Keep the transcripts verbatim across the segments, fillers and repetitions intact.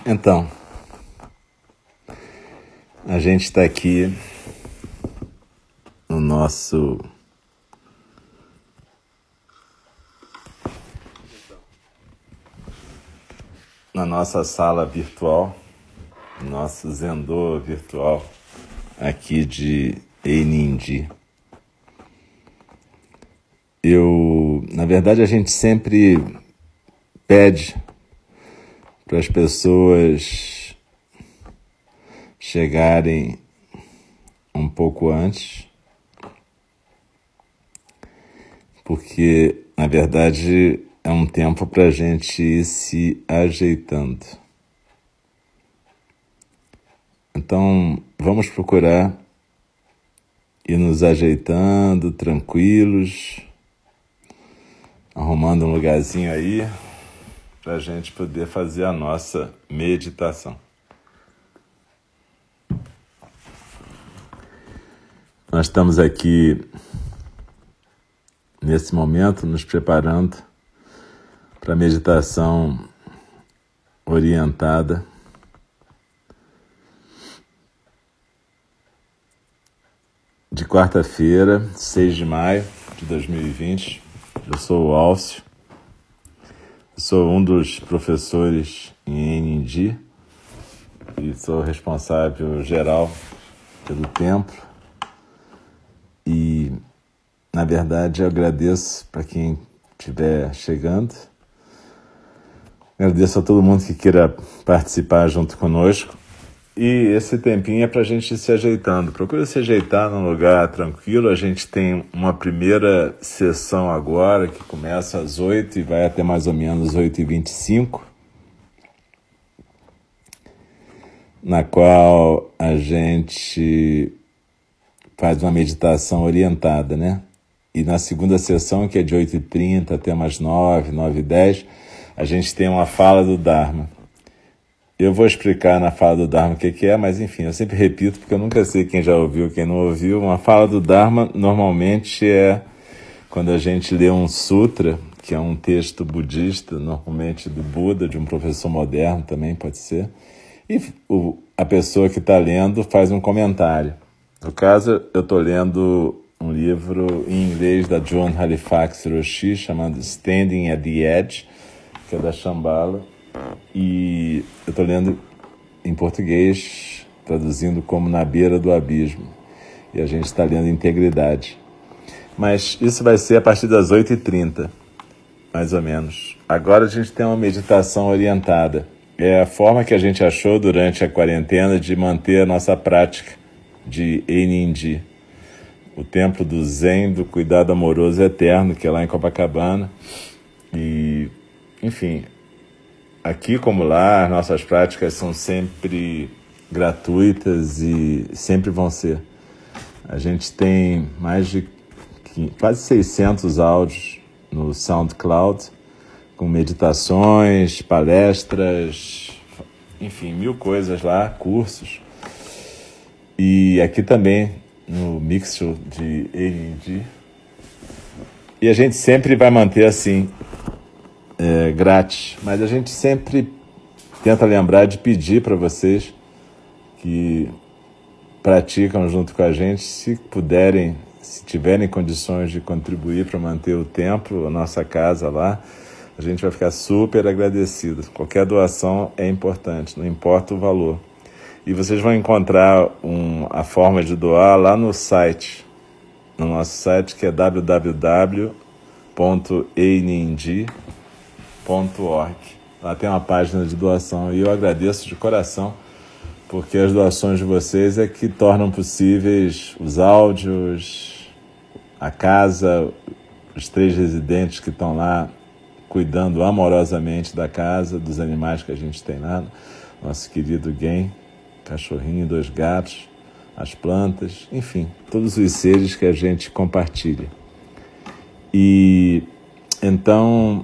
Então, a gente está aqui no nosso na nossa sala virtual, nosso Zendô virtual aqui de Einindi. Eu, na verdade, a gente sempre pede para as pessoas chegarem um pouco antes, porque, na verdade, é um tempo para a gente ir se ajeitando. Então, vamos procurar ir nos ajeitando, tranquilos, arrumando um lugarzinho aí, para a gente poder fazer a nossa meditação. Nós estamos aqui, nesse momento, nos preparando para a meditação orientada de quarta-feira, seis de maio de dois mil e vinte. Eu sou o Alcio. Sou um dos professores em Einindi e sou responsável geral pelo templo. E, na verdade, eu agradeço para quem estiver chegando. Agradeço a todo mundo que queira participar junto conosco. E esse tempinho é para a gente ir se ajeitando. Procura se ajeitar num lugar tranquilo. A gente tem uma primeira sessão agora, que começa às oito e vai até mais ou menos oito e vinte e cinco, na qual a gente faz uma meditação orientada, né? E na segunda sessão, que é de oito e trinta até mais nove, nove e dez, a gente tem uma fala do Dharma. Eu vou explicar na fala do Dharma o que, que é, mas enfim, eu sempre repito, porque eu nunca sei quem já ouviu, quem não ouviu. Uma fala do Dharma normalmente é quando a gente lê um sutra, que é um texto budista, normalmente do Buda, de um professor moderno também pode ser, e o, a pessoa que está lendo faz um comentário. No caso, eu estou lendo um livro em inglês da John Halifax Roshi, chamado Standing at the Edge, que é da Shambhala. E eu estou lendo em português, traduzindo como Na Beira do Abismo. E a gente está lendo Integridade. Mas isso vai ser a partir das oito e trinta, mais ou menos. Agora a gente tem uma meditação orientada. É a forma que a gente achou durante a quarentena de manter a nossa prática de Einindi, o templo do Zen, do cuidado amoroso eterno, que é lá em Copacabana. E, enfim, aqui como lá, as nossas práticas são sempre gratuitas e sempre vão ser. A gente tem mais de quase seiscentos áudios no SoundCloud, com meditações, palestras, enfim, mil coisas lá, cursos. E aqui também no Mixer de Einindi. E a gente sempre vai manter assim, É, grátis, mas a gente sempre tenta lembrar de pedir para vocês que praticam junto com a gente, se puderem, se tiverem condições de contribuir para manter o templo, a nossa casa lá, a gente vai ficar super agradecido. Qualquer doação é importante, não importa o valor. E vocês vão encontrar um, a forma de doar lá no site, no nosso site, que é w w w ponto einindi ponto org. Lá tem uma página de doação e eu agradeço de coração, porque as doações de vocês é que tornam possíveis os áudios, a casa, os três residentes que estão lá cuidando amorosamente da casa, dos animais que a gente tem lá, nosso querido Gen, cachorrinho e dois gatos, as plantas, enfim, todos os seres que a gente compartilha. E então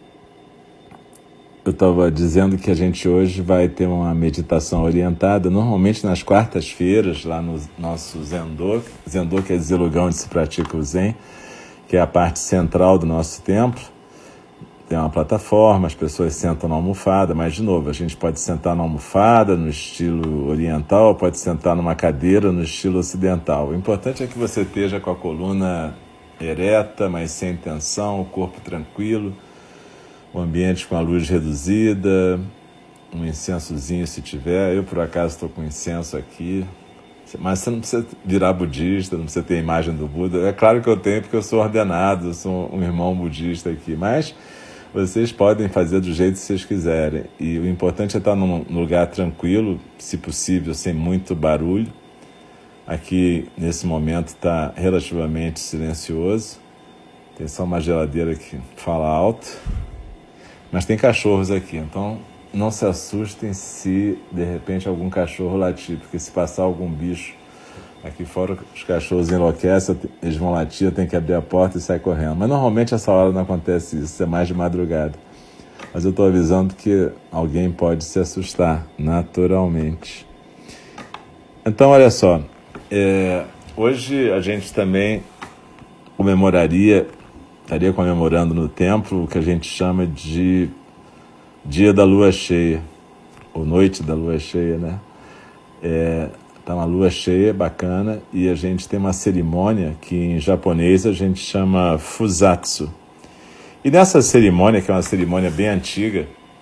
eu estava dizendo que a gente hoje vai ter uma meditação orientada, normalmente nas quartas-feiras, lá no nosso Zendô. Zendô quer dizer lugar onde se pratica o Zen, que é a parte central do nosso templo. tem uma plataforma, as pessoas sentam na almofada, mas, de novo, a gente pode sentar na almofada no estilo oriental, pode sentar numa cadeira no estilo ocidental. O importante é que você esteja com a coluna ereta, mas sem tensão, o corpo tranquilo, o ambiente com a luz reduzida, um incensozinho se tiver. Eu, por acaso, estou com incenso aqui, mas você não precisa virar budista, não precisa ter a imagem do Buda. É claro que eu tenho, porque eu sou ordenado, eu sou um irmão budista aqui, mas vocês podem fazer do jeito que vocês quiserem. E o importante é estar num lugar tranquilo, se possível, sem muito barulho. Aqui, nesse momento, está relativamente silencioso. Tem só uma geladeira que fala alto. Mas tem cachorros aqui, então não se assustem se, de repente, algum cachorro latir, porque se passar algum bicho aqui fora, os cachorros enlouquecem, eles vão latir, eu tenho que abrir a porta e sair correndo. Mas normalmente essa hora não acontece isso, é mais de madrugada. Mas eu estou avisando que alguém pode se assustar, naturalmente. Então, olha só, é, hoje a gente também comemoraria, estaria comemorando no templo o que a gente chama de Dia da Lua Cheia, ou Noite da Lua Cheia, né? É, tá uma lua cheia, bacana, e a gente tem uma cerimônia que em japonês a gente chama Fusatsu. E nessa cerimônia, que é uma cerimônia bem antiga,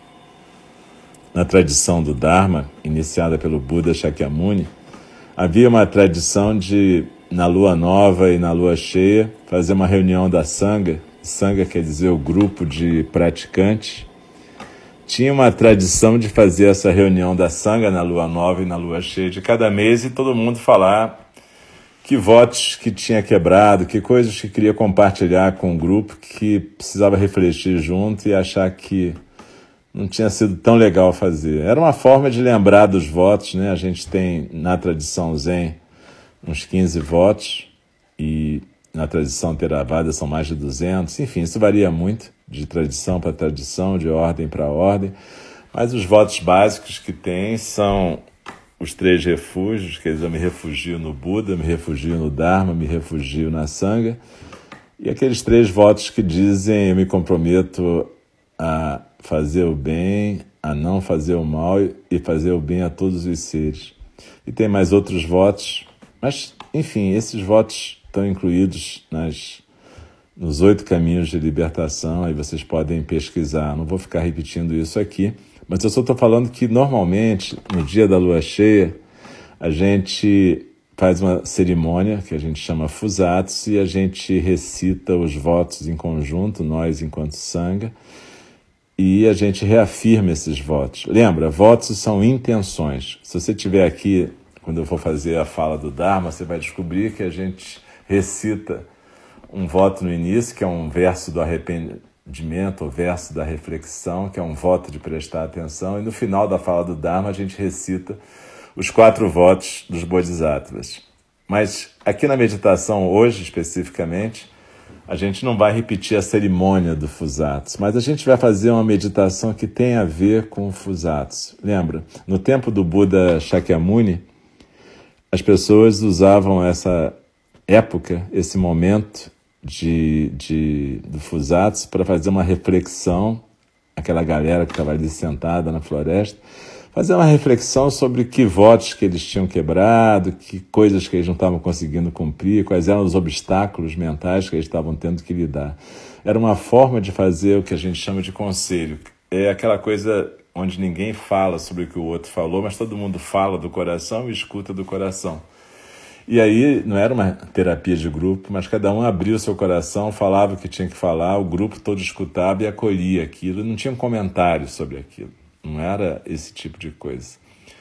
na tradição do Dharma, iniciada pelo Buda Shakyamuni, havia uma tradição de, na lua nova e na lua cheia, fazer uma reunião da Sangha. Sangha quer dizer o grupo de praticantes. Tinha uma tradição de fazer essa reunião da Sangha na lua nova e na lua cheia de cada mês e todo mundo falar que votos que tinha quebrado, que coisas que queria compartilhar com o grupo, que precisava refletir junto e achar que não tinha sido tão legal fazer. Era uma forma de lembrar dos votos, né? A gente tem na tradição Zen uns quinze votos e na tradição Theravada são mais de duzentos. Enfim, isso varia muito de tradição para tradição, de ordem para ordem. Mas os votos básicos que tem são os três refúgios, quer dizer, eu me refugio no Buda, me refugio no Dharma, me refugio na Sangha. E aqueles três votos que dizem: eu me comprometo a fazer o bem, a não fazer o mal e fazer o bem a todos os seres. E tem mais outros votos, mas, enfim, esses votos estão incluídos nas, nos oito caminhos de libertação, aí vocês podem pesquisar. Não vou ficar repetindo isso aqui, mas eu só estou falando que, normalmente, no dia da lua cheia, a gente faz uma cerimônia que a gente chama Fusatsu e a gente recita os votos em conjunto, nós enquanto Sangha, e a gente reafirma esses votos. Lembra, votos são intenções. Se você estiver aqui, quando eu for fazer a fala do Dharma, você vai descobrir que a gente recita um voto no início, que é um verso do arrependimento, o verso da reflexão, que é um voto de prestar atenção, e no final da fala do Dharma a gente recita os quatro votos dos Bodhisattvas. Mas aqui na meditação, hoje especificamente, a gente não vai repetir a cerimônia do Fusatsu, mas a gente vai fazer uma meditação que tem a ver com o Fusatsu. Lembra, no tempo do Buda Shakyamuni, as pessoas usavam essa época, esse momento de, de, do Fusatsu para fazer uma reflexão, aquela galera que estava ali sentada na floresta, fazer uma reflexão sobre que votos que eles tinham quebrado, que coisas que eles não estavam conseguindo cumprir, quais eram os obstáculos mentais que eles estavam tendo que lidar. Era uma forma de fazer o que a gente chama de conselho. É aquela coisa onde ninguém fala sobre o que o outro falou, mas todo mundo fala do coração e escuta do coração. E aí não era uma terapia de grupo, mas cada um abria o seu coração, falava o que tinha que falar, o grupo todo escutava e acolhia aquilo, e não tinha um comentário sobre aquilo. Não era esse tipo de coisa.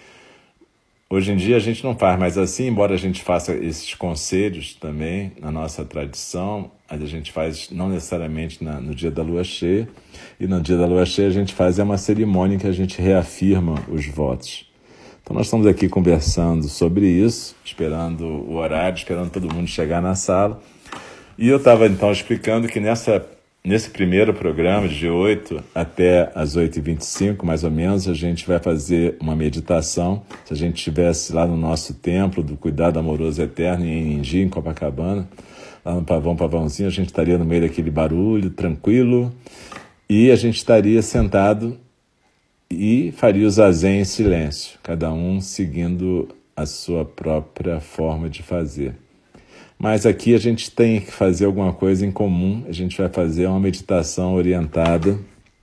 Hoje em dia a gente não faz mais assim, embora a gente faça esses conselhos também na nossa tradição, a gente faz não necessariamente na, no dia da lua cheia, e no dia da lua cheia a gente faz é uma cerimônia em que a gente reafirma os votos. Então nós estamos aqui conversando sobre isso, esperando o horário, esperando todo mundo chegar na sala, e eu estava então explicando que nessa Nesse primeiro programa, de oito até as oito e vinte e cinco, mais ou menos, a gente vai fazer uma meditação. Se a gente estivesse lá no nosso templo do Cuidado Amoroso Eterno, em Engi, em Copacabana, lá no Pavão Pavãozinho, a gente estaria no meio daquele barulho, tranquilo, e a gente estaria sentado e faria o zazen em silêncio, cada um seguindo a sua própria forma de fazer. Mas aqui a gente tem que fazer alguma coisa em comum, a gente vai fazer uma meditação orientada.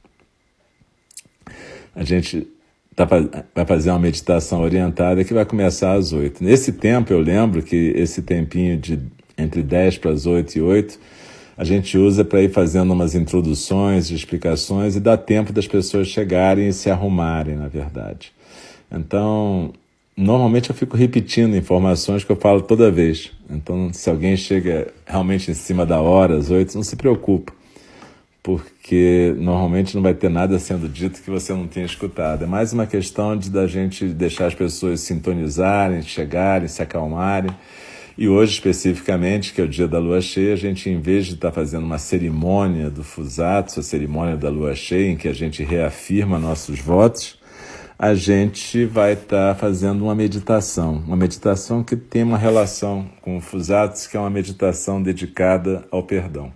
A gente tá, vai fazer uma meditação orientada que vai começar às oito. Nesse tempo, eu lembro que esse tempinho de entre dez para as oito e oito, a gente usa para ir fazendo umas introduções, explicações, e dá tempo das pessoas chegarem e se arrumarem, na verdade. Então, normalmente eu fico repetindo informações que eu falo toda vez. Então, se alguém chega realmente em cima da hora, às oito, não se preocupe, porque normalmente não vai ter nada sendo dito que você não tenha escutado. É mais uma questão de da gente deixar as pessoas sintonizarem, chegarem, se acalmarem. E hoje, especificamente, que é o dia da lua cheia, a gente, em vez de estar fazendo uma cerimônia do Fusatsu, a cerimônia da lua cheia, em que a gente reafirma nossos votos, a gente vai estar fazendo uma meditação. Uma meditação que tem uma relação com o Fusatsu, que é uma meditação dedicada ao perdão.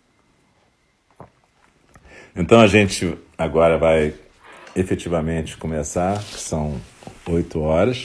Então a gente agora vai efetivamente começar, que são oito horas.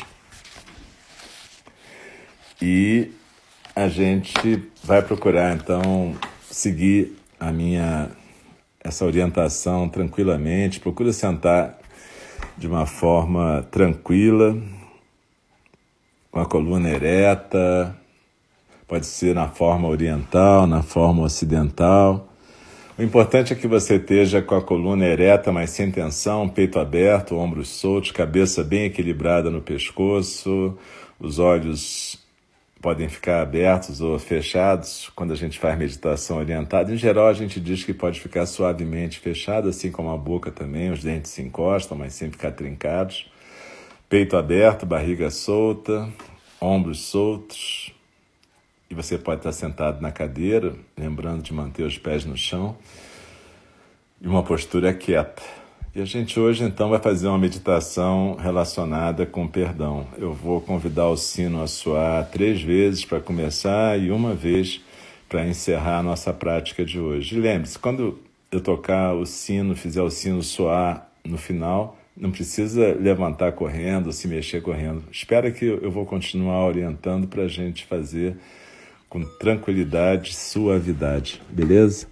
E a gente vai procurar, então, seguir a minha, essa orientação tranquilamente. Procura sentar de uma forma tranquila, com a coluna ereta. Pode ser na forma oriental, na forma ocidental. O importante é que você esteja com a coluna ereta, mas sem tensão, peito aberto, ombros soltos, cabeça bem equilibrada no pescoço, os olhos podem ficar abertos ou fechados quando a gente faz meditação orientada. Em geral, a gente diz que pode ficar suavemente fechado, assim como a boca também, os dentes se encostam, mas sem ficar trincados. Peito aberto, barriga solta, ombros soltos. E você pode estar sentado na cadeira, lembrando de manter os pés no chão, e uma postura quieta. E a gente hoje, então, vai fazer uma meditação relacionada com perdão. Eu vou convidar o sino a soar três vezes para começar e uma vez para encerrar a nossa prática de hoje. E lembre-se, quando eu tocar o sino, fizer o sino soar no final, não precisa levantar correndo ou se mexer correndo. Espera que eu vou continuar orientando para a gente fazer com tranquilidade e suavidade. Beleza?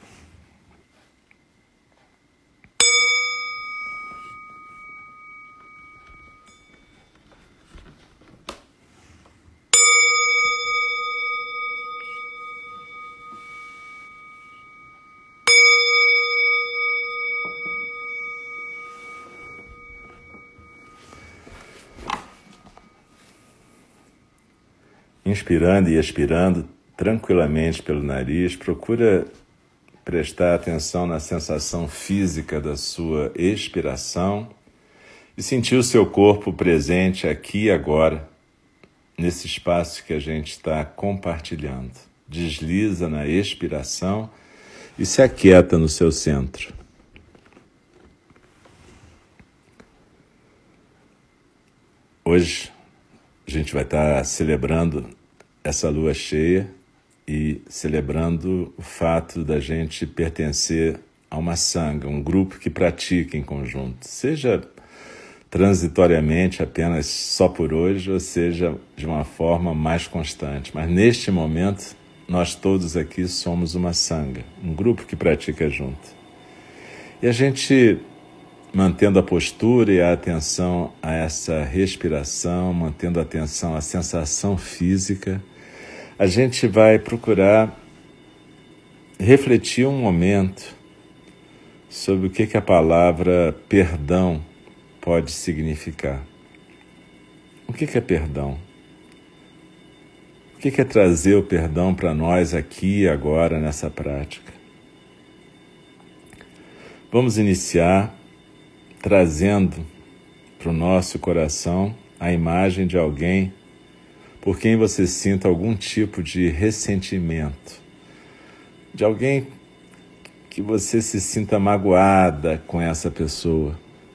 Inspirando e expirando tranquilamente pelo nariz, procura prestar atenção na sensação física da sua expiração e sentir o seu corpo presente aqui e agora, nesse espaço que a gente está compartilhando. Desliza na expiração e se aquieta no seu centro. Hoje a gente vai estar celebrando essa lua cheia e celebrando o fato da gente pertencer a uma sangha, um grupo que pratica em conjunto, seja transitoriamente, apenas só por hoje, ou seja de uma forma mais constante. Mas neste momento, nós todos aqui somos uma sangha, um grupo que pratica junto. E a gente, mantendo a postura e a atenção a essa respiração, mantendo a atenção à sensação física, a gente vai procurar refletir um momento sobre o que, que a palavra perdão pode significar. O que, que é perdão? O que, que é trazer o perdão para nós aqui e agora nessa prática? Vamos iniciar trazendo para o nosso coração a imagem de alguém por quem você sinta algum tipo de ressentimento, de alguém que você se sinta magoada com essa pessoa.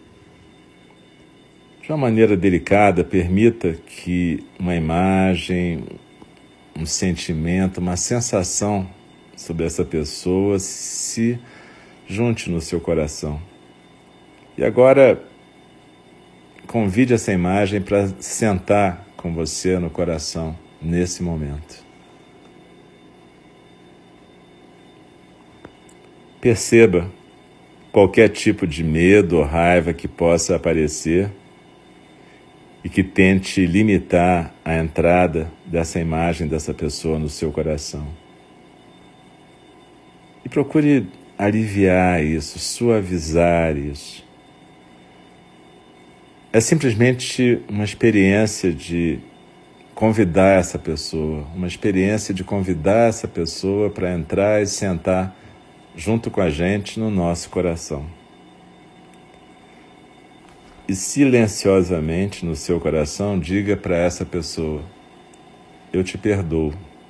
De uma maneira delicada, permita que uma imagem, um sentimento, uma sensação sobre essa pessoa se junte no seu coração. E agora, convide essa imagem para sentar com você no coração, nesse momento. Perceba qualquer tipo de medo ou raiva que possa aparecer e que tente limitar a entrada dessa imagem dessa pessoa no seu coração. E procure aliviar isso, suavizar isso. É simplesmente uma experiência de convidar essa pessoa, uma experiência de convidar essa pessoa para entrar e sentar junto com a gente no nosso coração. E silenciosamente no seu coração, diga para essa pessoa: eu te perdoo.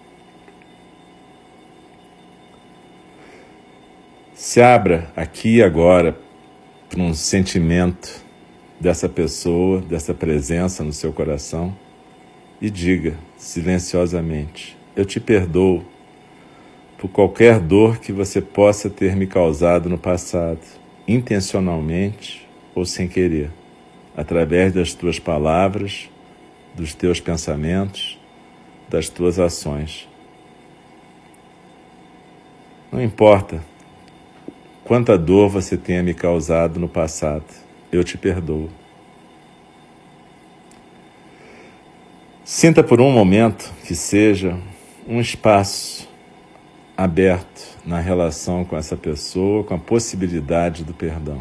Se abra aqui e agora para um sentimento dessa pessoa, dessa presença no seu coração e diga silenciosamente: eu te perdoo por qualquer dor que você possa ter me causado no passado, intencionalmente ou sem querer, através das tuas palavras, dos teus pensamentos, das tuas ações. Não importa quanta dor você tenha me causado no passado, eu te perdoo. Sinta por um momento que seja um espaço aberto na relação com essa pessoa, com a possibilidade do perdão.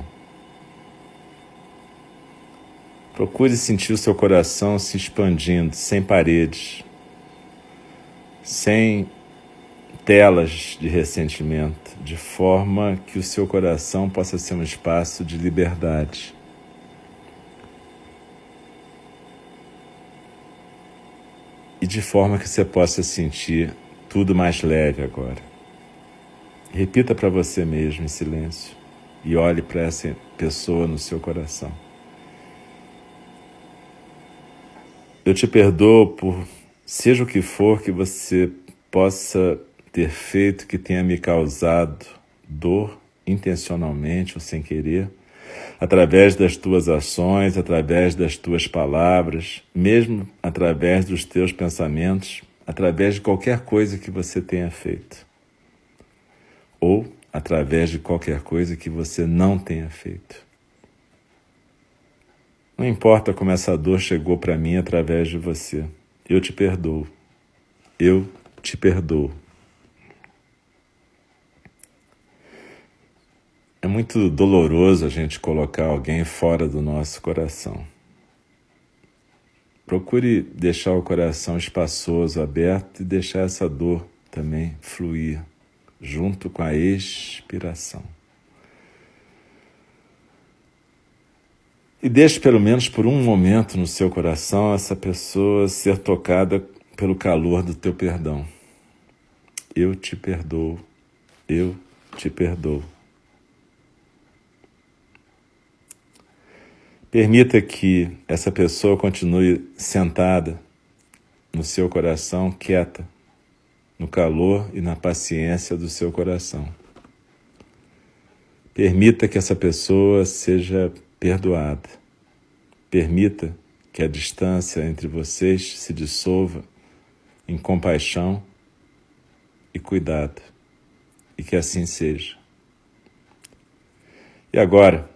Procure sentir o seu coração se expandindo, sem paredes, sem telas de ressentimento, de forma que o seu coração possa ser um espaço de liberdade. E de forma que você possa sentir tudo mais leve agora. Repita para você mesmo em silêncio e olhe para essa pessoa no seu coração. Eu te perdoo por seja o que for que você possa ter feito que tenha me causado dor, intencionalmente ou sem querer, através das tuas ações, através das tuas palavras, mesmo através dos teus pensamentos, através de qualquer coisa que você tenha feito. Ou através de qualquer coisa que você não tenha feito. Não importa como essa dor chegou para mim através de você. Eu te perdoo. Eu te perdoo. É muito doloroso a gente colocar alguém fora do nosso coração. Procure deixar o coração espaçoso, aberto e deixar essa dor também fluir junto com a expiração. E deixe pelo menos por um momento no seu coração essa pessoa ser tocada pelo calor do teu perdão. Eu te perdoo. Eu te perdoo. Permita que essa pessoa continue sentada no seu coração, quieta, no calor e na paciência do seu coração. Permita que essa pessoa seja perdoada. Permita que a distância entre vocês se dissolva em compaixão e cuidado, e que assim seja. E agora,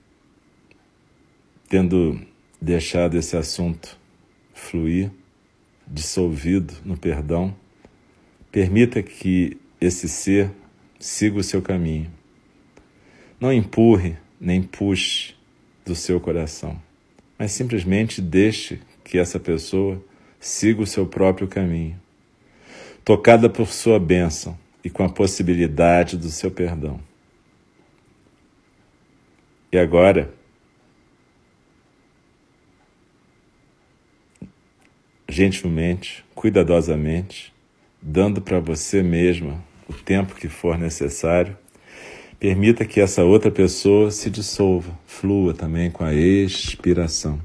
tendo deixado esse assunto fluir, dissolvido no perdão, permita que esse ser siga o seu caminho. Não empurre nem puxe do seu coração, mas simplesmente deixe que essa pessoa siga o seu próprio caminho, tocada por sua bênção e com a possibilidade do seu perdão. E agora, gentilmente, cuidadosamente, dando para você mesma o tempo que for necessário, permita que essa outra pessoa se dissolva, flua também com a expiração.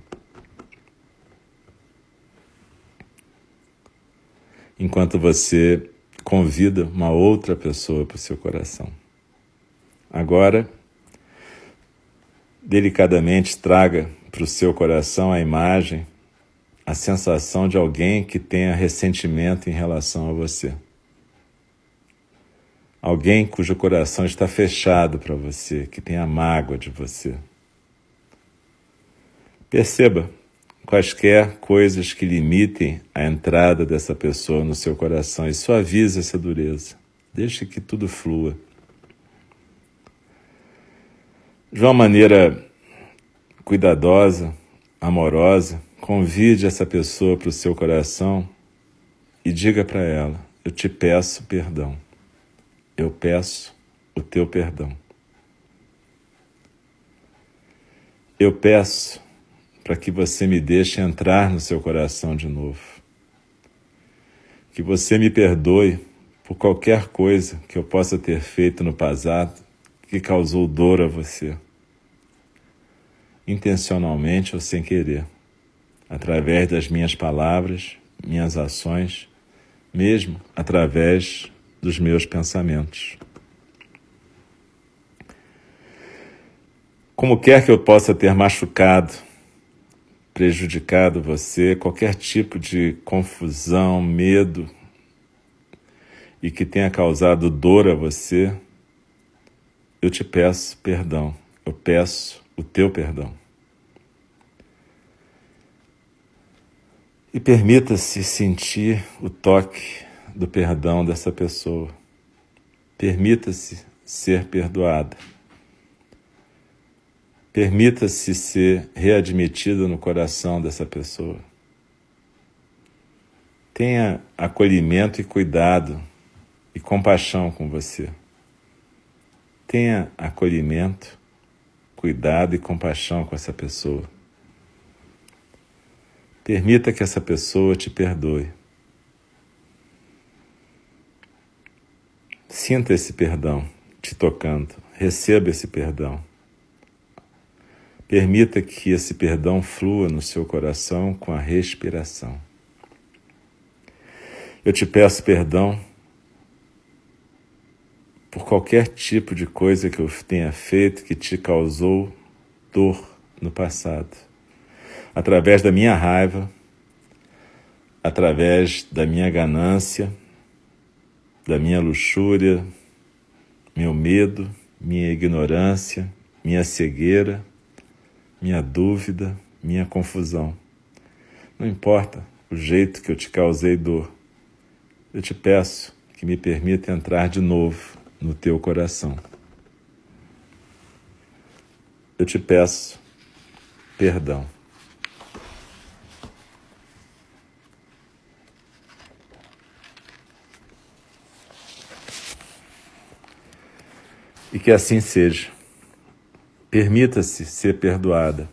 Enquanto você convida uma outra pessoa para o seu coração. Agora, delicadamente traga para o seu coração a imagem, a sensação de alguém que tenha ressentimento em relação a você. Alguém cujo coração está fechado para você, que tenha mágoa de você. Perceba quaisquer coisas que limitem a entrada dessa pessoa no seu coração e suavize essa dureza. Deixe que tudo flua. De uma maneira cuidadosa, amorosa, convide essa pessoa para o seu coração e diga para ela: eu te peço perdão. Eu peço o teu perdão. Eu peço para que você me deixe entrar no seu coração de novo. Que você me perdoe por qualquer coisa que eu possa ter feito no passado que causou dor a você, intencionalmente ou sem querer, através das minhas palavras, minhas ações, mesmo através dos meus pensamentos. Como quer que eu possa ter machucado, prejudicado você, qualquer tipo de confusão, medo e que tenha causado dor a você, eu te peço perdão, eu peço o teu perdão. E permita-se sentir o toque do perdão dessa pessoa. Permita-se ser perdoada. Permita-se ser readmitido no coração dessa pessoa. Tenha acolhimento e cuidado e compaixão com você. Tenha acolhimento, cuidado e compaixão com essa pessoa. Permita que essa pessoa te perdoe. Sinta esse perdão te tocando. Receba esse perdão. Permita que esse perdão flua no seu coração com a respiração. Eu te peço perdão por qualquer tipo de coisa que eu tenha feito que te causou dor no passado. Através da minha raiva, através da minha ganância, da minha luxúria, meu medo, minha ignorância, minha cegueira, minha dúvida, minha confusão. Não importa o jeito que eu te causei dor, eu te peço que me permita entrar de novo no teu coração. Eu te peço perdão. E que assim seja. Permita-se ser perdoada.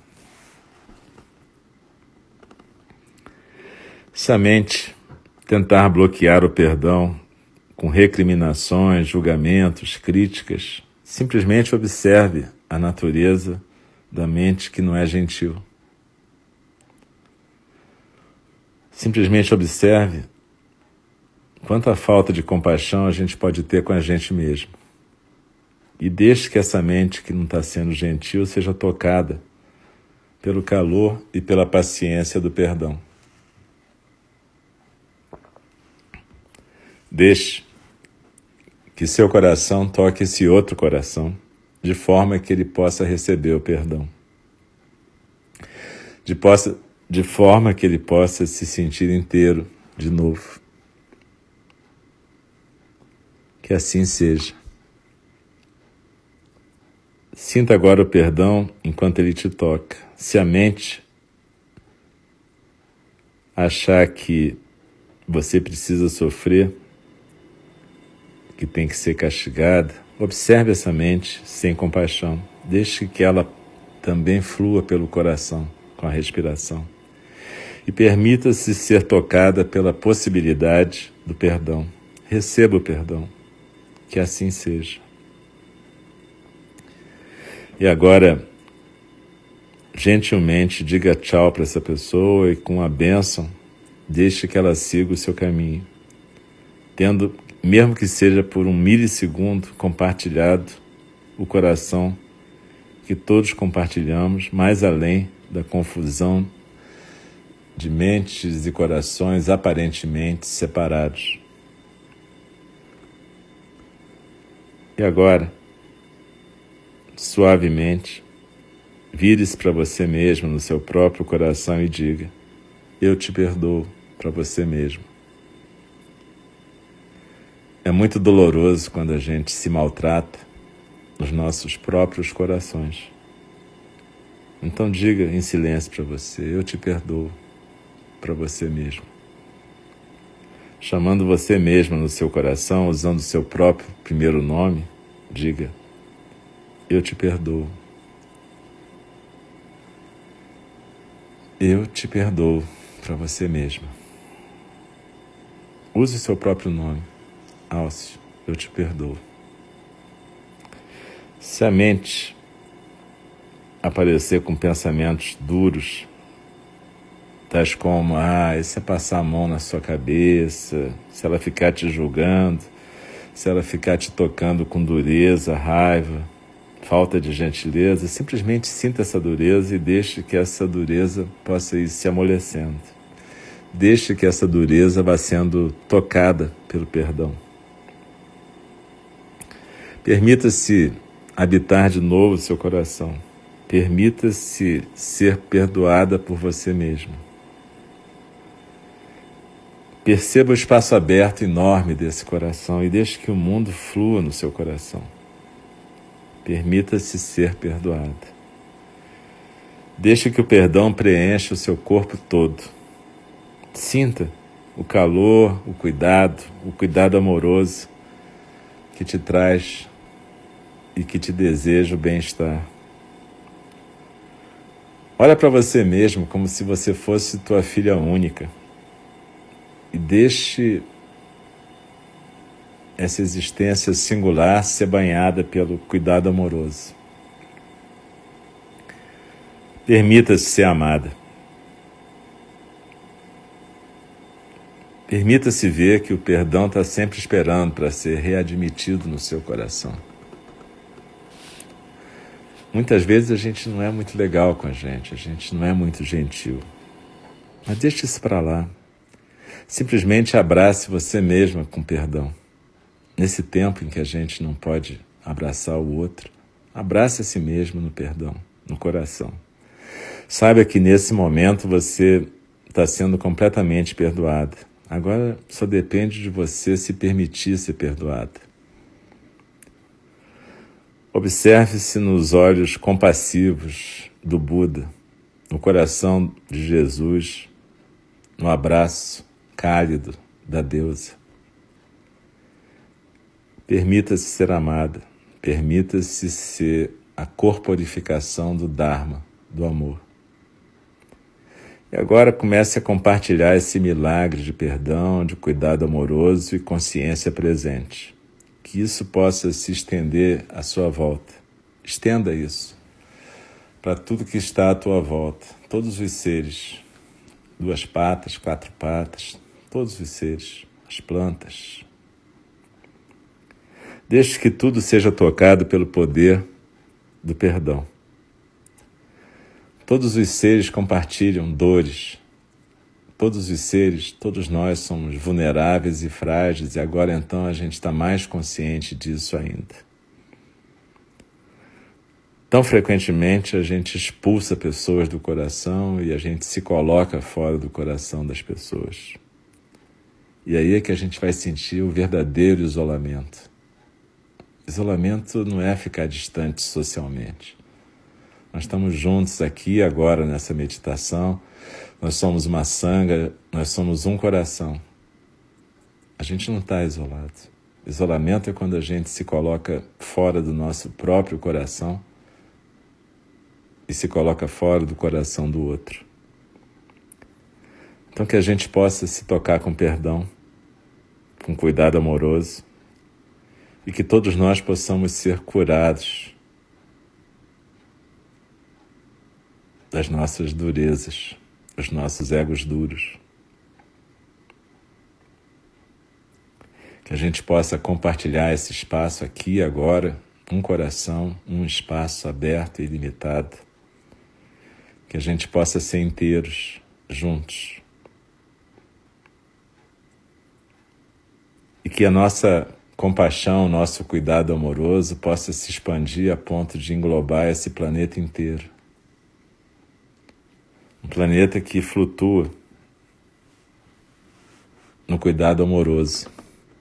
Se a mente tentar bloquear o perdão com recriminações, julgamentos, críticas, simplesmente observe a natureza da mente que não é gentil. Simplesmente observe quanta falta de compaixão a gente pode ter com a gente mesmo. E deixe que essa mente que não está sendo gentil seja tocada pelo calor e pela paciência do perdão. Deixe que seu coração toque esse outro coração, de forma que ele possa receber o perdão. De, possa, de forma que ele possa se sentir inteiro de novo. Que assim seja. Sinta agora o perdão enquanto ele te toca. Se a mente achar que você precisa sofrer, que tem que ser castigada, observe essa mente sem compaixão. Deixe que ela também flua pelo coração, com a respiração. E permita-se ser tocada pela possibilidade do perdão. Receba o perdão. Que assim seja. E agora, gentilmente, diga tchau para essa pessoa e com a bênção, deixe que ela siga o seu caminho, tendo, mesmo que seja por um milissegundo, compartilhado o coração que todos compartilhamos, mais além da confusão de mentes e corações aparentemente separados. E agora, suavemente, vire-se para você mesmo no seu próprio coração e diga: eu te perdoo, para você mesmo. É muito doloroso quando a gente se maltrata nos nossos próprios corações. Então diga em silêncio para você: eu te perdoo, para você mesmo. Chamando você mesmo no seu coração, usando o seu próprio primeiro nome, diga: eu te perdoo. Eu te perdoo, para você mesmo. Use o seu próprio nome. Alcio, eu te perdoo. Se a mente aparecer com pensamentos duros, tais como: ah, isso é passar a mão na sua cabeça, se ela ficar te julgando, se ela ficar te tocando com dureza, raiva, falta de gentileza, simplesmente sinta essa dureza e deixe que essa dureza possa ir se amolecendo. Deixe que essa dureza vá sendo tocada pelo perdão. Permita-se habitar de novo o seu coração. Permita-se ser perdoada por você mesmo. Perceba o espaço aberto enorme desse coração e deixe que o mundo flua no seu coração. Permita-se ser perdoada. Deixe que o perdão preencha o seu corpo todo. Sinta o calor, o cuidado, o cuidado amoroso que te traz e que te deseja o bem-estar. Olha para você mesmo como se você fosse tua filha única e deixe essa existência singular ser banhada pelo cuidado amoroso. Permita-se ser amada. Permita-se ver que o perdão está sempre esperando para ser readmitido no seu coração. Muitas vezes a gente não é muito legal com a gente, a gente não é muito gentil. Mas deixe isso para lá. Simplesmente abrace você mesma com perdão. Nesse tempo em que a gente não pode abraçar o outro, abrace a si mesmo no perdão, no coração. Saiba que nesse momento você está sendo completamente perdoada. Agora só depende de você se permitir ser perdoada. Observe-se nos olhos compassivos do Buda, no coração de Jesus, no abraço cálido da deusa. Permita-se ser amada, permita-se ser a corporificação do Dharma, do amor. E agora comece a compartilhar esse milagre de perdão, de cuidado amoroso e consciência presente. Que isso possa se estender à sua volta. Estenda isso para tudo que está à tua volta. Todos os seres, duas patas, quatro patas, todos os seres, as plantas. Deixe que tudo seja tocado pelo poder do perdão. Todos os seres compartilham dores. Todos os seres, todos nós somos vulneráveis e frágeis, e agora então a gente está mais consciente disso ainda. Tão frequentemente a gente expulsa pessoas do coração e a gente se coloca fora do coração das pessoas. E aí é que a gente vai sentir o verdadeiro isolamento. Isolamento não é ficar distante socialmente. Nós estamos juntos aqui agora nessa meditação. Nós somos uma sanga, nós somos um coração. A gente não está isolado. Isolamento é quando a gente se coloca fora do nosso próprio coração e se coloca fora do coração do outro. Então que a gente possa se tocar com perdão, com cuidado amoroso, e que todos nós possamos ser curados das nossas durezas, dos nossos egos duros. Que a gente possa compartilhar esse espaço aqui agora, um coração, um espaço aberto e ilimitado, que a gente possa ser inteiros, juntos. E que a nossa compaixão, nosso cuidado amoroso possa se expandir a ponto de englobar esse planeta inteiro. Um planeta que flutua no cuidado amoroso.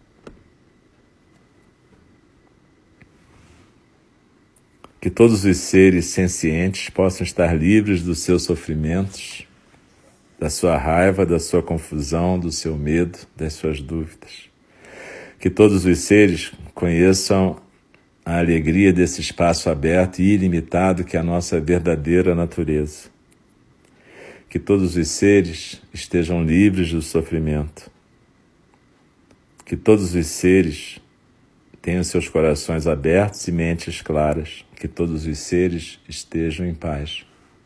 Que todos os seres sencientes possam estar livres dos seus sofrimentos, da sua raiva, da sua confusão, do seu medo, das suas dúvidas. Que todos os seres conheçam a alegria desse espaço aberto e ilimitado que é a nossa verdadeira natureza. Que todos os seres estejam livres do sofrimento. Que todos os seres tenham seus corações abertos e mentes claras. Que todos os seres estejam em paz.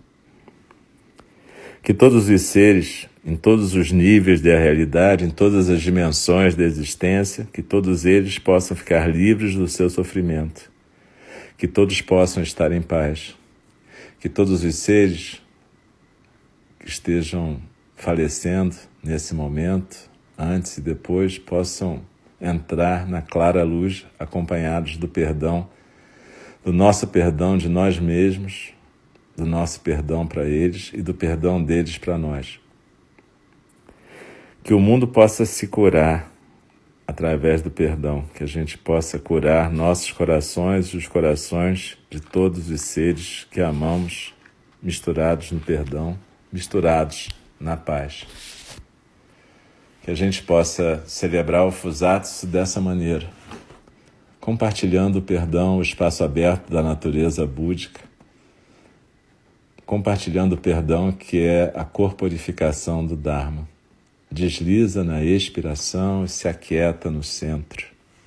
Que todos os seres, em todos os níveis da realidade, em todas as dimensões da existência, que todos eles possam ficar livres do seu sofrimento. Que todos possam estar em paz. Que todos os seres que estejam falecendo nesse momento, antes e depois, possam entrar na clara luz, acompanhados do perdão, do nosso perdão de nós mesmos, do nosso perdão para eles e do perdão deles para nós. Que o mundo possa se curar através do perdão, que a gente possa curar nossos corações e os corações de todos os seres que amamos, misturados no perdão, misturados na paz. Que a gente possa celebrar o Fusatsu dessa maneira, compartilhando o perdão, o espaço aberto da natureza búdica, compartilhando o perdão que é a corporificação do Dharma. Desliza na expiração e se aquieta no centro.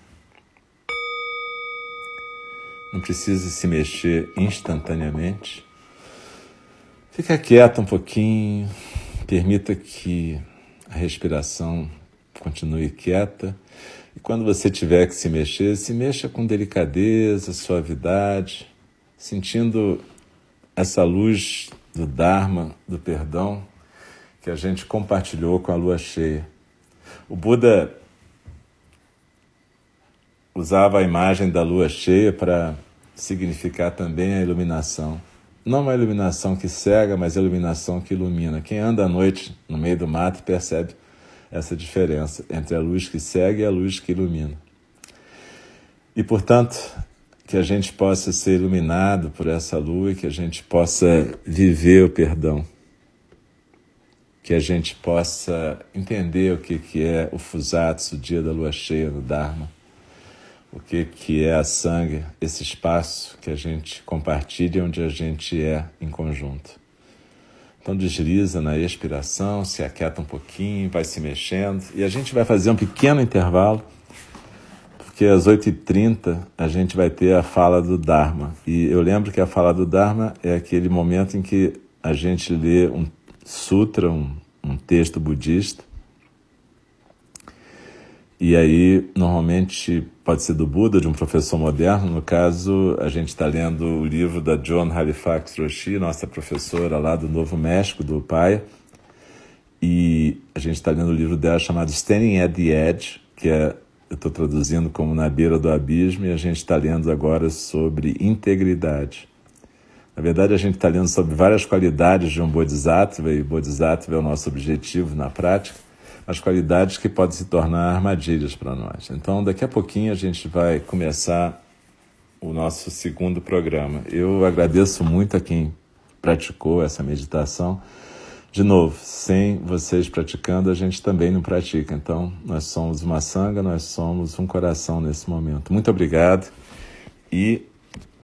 Não precisa se mexer instantaneamente. Fica quieto um pouquinho, permita que a respiração continue quieta. E quando você tiver que se mexer, se mexa com delicadeza, suavidade, sentindo essa luz do Dharma, do perdão, que a gente compartilhou com a lua cheia. O Buda usava a imagem da lua cheia para significar também a iluminação. Não uma iluminação que cega, mas a iluminação que ilumina. Quem anda à noite no meio do mato percebe essa diferença entre a luz que cega e a luz que ilumina. E, portanto, que a gente possa ser iluminado por essa lua e que a gente possa viver o perdão. Que a gente possa entender o que, que é o Fusatsu, o dia da lua cheia no Dharma. O que, que é a Sangha, esse espaço que a gente compartilha onde a gente é em conjunto. Então desliza na expiração, se aquieta um pouquinho, vai se mexendo. E a gente vai fazer um pequeno intervalo, porque às oito e trinta a gente vai ter a fala do Dharma. E eu lembro que a fala do Dharma é aquele momento em que a gente lê um sutra, um, um texto budista. E aí, normalmente, pode ser do Buda, de um professor moderno. No caso, a gente está lendo o livro da Joan Halifax Roshi, nossa professora lá do Novo México, do Upaya. E a gente está lendo o livro dela chamado Standing at the Edge, que é, eu estou traduzindo como Na Beira do Abismo, e a gente está lendo agora sobre integridade. Na verdade, a gente está lendo sobre várias qualidades de um Bodhisattva, e Bodhisattva é o nosso objetivo na prática, as qualidades que podem se tornar armadilhas para nós. Então, daqui a pouquinho a gente vai começar o nosso segundo programa. Eu agradeço muito a quem praticou essa meditação. De novo, sem vocês praticando, a gente também não pratica. Então, nós somos uma sangha, nós somos um coração nesse momento. Muito obrigado e